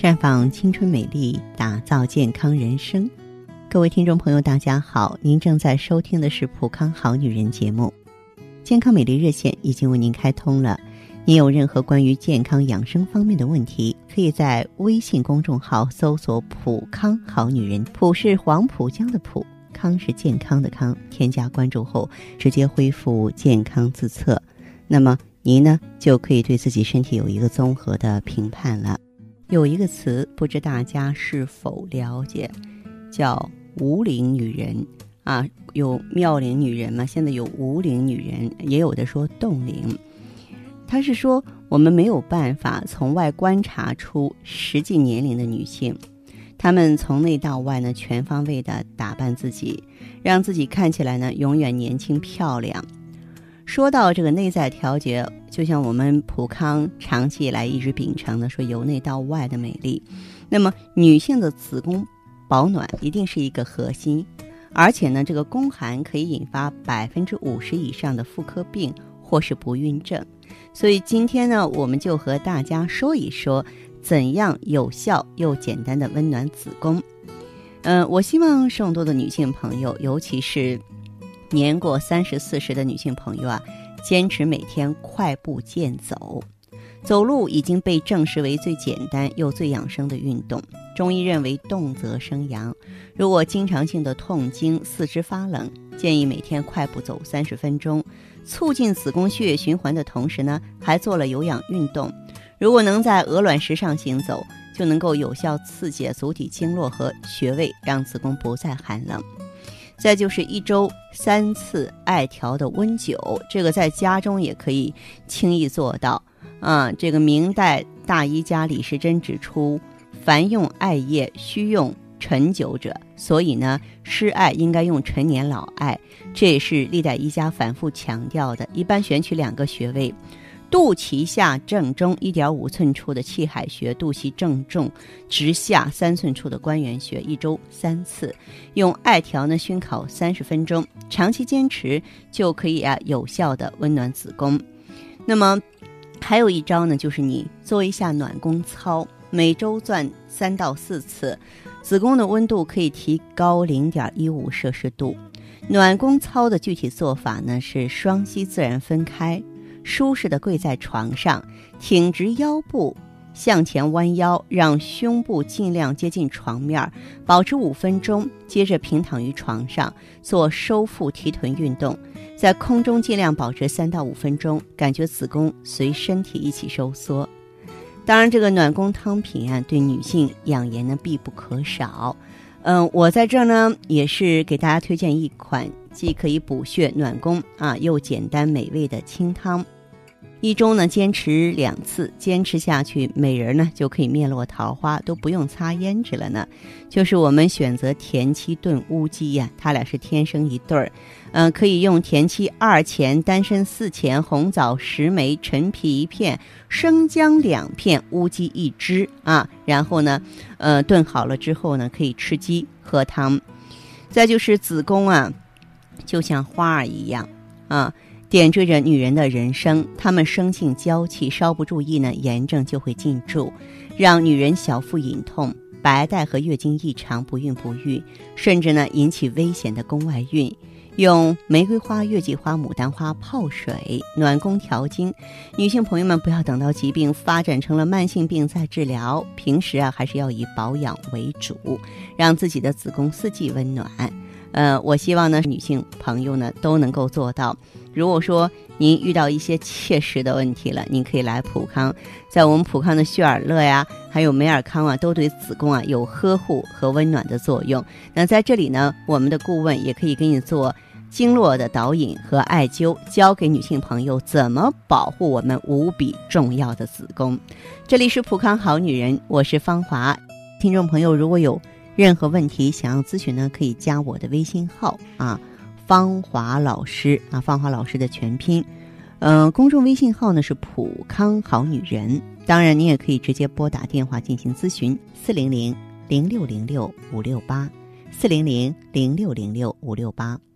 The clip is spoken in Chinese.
绽放青春美丽，打造健康人生。各位听众朋友大家好，您正在收听的是普康好女人节目。健康美丽热线已经为您开通了，您有任何关于健康养生方面的问题，可以在微信公众号搜索普康好女人，普是黄浦江的浦，康是健康的康，添加关注后直接恢复健康自测，那么您呢就可以对自己身体有一个综合的评判了。有一个词不知大家是否了解，叫无龄女人啊，有妙龄女人嘛，现在有无龄女人，也有的说冻龄。它是说我们没有办法从外观察出实际年龄的女性，她们从内到外呢全方位的打扮自己，让自己看起来呢永远年轻漂亮。说到这个内在调节，就像我们普康长期以来一直秉承的说由内到外的美丽，那么女性的子宫保暖一定是一个核心，而且呢这个宫寒可以引发50%以上的妇科病或是不孕症。所以今天呢我们就和大家说一说怎样有效又简单的温暖子宫。我希望众多的女性朋友，尤其是年过30、40的女性朋友啊，坚持每天快步健走。走路已经被证实为最简单又最养生的运动。中医认为动则生阳，如果经常性的痛经、四肢发冷，建议每天快步走30分钟，促进子宫血液循环的同时呢，还做了有氧运动。如果能在鹅卵石上行走，就能够有效刺激足底经络和穴位，让子宫不再寒冷。再就是1周3次艾条的温灸，这个在家中也可以轻易做到啊。这个明代大医家李时珍指出，凡用艾叶须用陈灸者，所以呢施艾应该用陈年老艾，这也是历代医家反复强调的。一般选取2个穴位，肚脐下正中 1.5 寸处的气海穴，肚脐正中直下3寸处的关元穴，1周3次，用艾条呢熏烤30分钟，长期坚持就可以有效的温暖子宫。那么还有一招呢，就是你做一下暖宫操，每周做3到4次，子宫的温度可以提高0.15摄氏度。暖宫操的具体做法呢是双膝自然分开，舒适的跪在床上，挺直腰部，向前弯腰，让胸部尽量接近床面，保持5分钟，接着平躺于床上做收腹提臀运动，在空中尽量保持3到5分钟，感觉子宫随身体一起收缩。当然这个暖宫汤品啊，对女性养颜呢必不可少。我在这儿呢也是给大家推荐一款既可以补血暖宫啊，又简单美味的清汤。1周呢坚持2次，坚持下去美人呢就可以面落桃花，都不用擦胭脂了呢。就是我们选择田七炖乌鸡呀，它俩是天生一对儿。可以用田七2钱、丹参4钱、红枣10枚、陈皮1片、生姜2片、乌鸡1只啊。然后呢，炖好了之后呢，可以吃鸡喝汤。再就是子宫啊，就像花儿一样啊，点缀着女人的人生，她们生性娇气，稍不注意呢，炎症就会进驻，让女人小腹隐痛、白带和月经异常、不孕不育，甚至呢引起危险的宫外孕。用玫瑰花、月季花、牡丹花泡水暖宫调经。女性朋友们不要等到疾病发展成了慢性病再治疗，平时还是要以保养为主，让自己的子宫4季温暖。我希望呢女性朋友呢都能够做到。如果说您遇到一些切实的问题了，您可以来普康，在我们普康的血尔乐呀，还有美尔康啊，都对子宫有呵护和温暖的作用。那在这里呢，我们的顾问也可以给你做经络的导引和艾灸，教给女性朋友怎么保护我们无比重要的子宫。这里是普康好女人，我是芳华。听众朋友如果有任何问题想要咨询呢，可以加我的微信号芳华老师芳华老师的全拼。公众微信号呢是普康好女人。当然你也可以直接拨打电话进行咨询，400-0606-568，400-0606-568。